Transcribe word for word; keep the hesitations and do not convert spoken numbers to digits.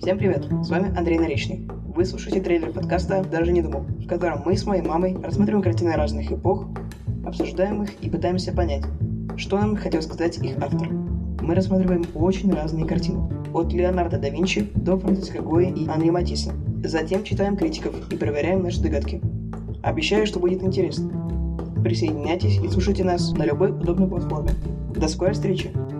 Всем привет, с вами Андрей Наречный. Вы слушаете трейлер подкаста «Даже не думал», в котором мы с моей мамой рассматриваем картины разных эпох, обсуждаем их и пытаемся понять, что нам хотел сказать их автор. Мы рассматриваем очень разные картины, от Леонардо да Винчи до Франсиско Гойи и Анри Матисса. Затем читаем критиков и проверяем наши догадки. Обещаю, что будет интересно. Присоединяйтесь и слушайте нас на любой удобной платформе. До скорой встречи!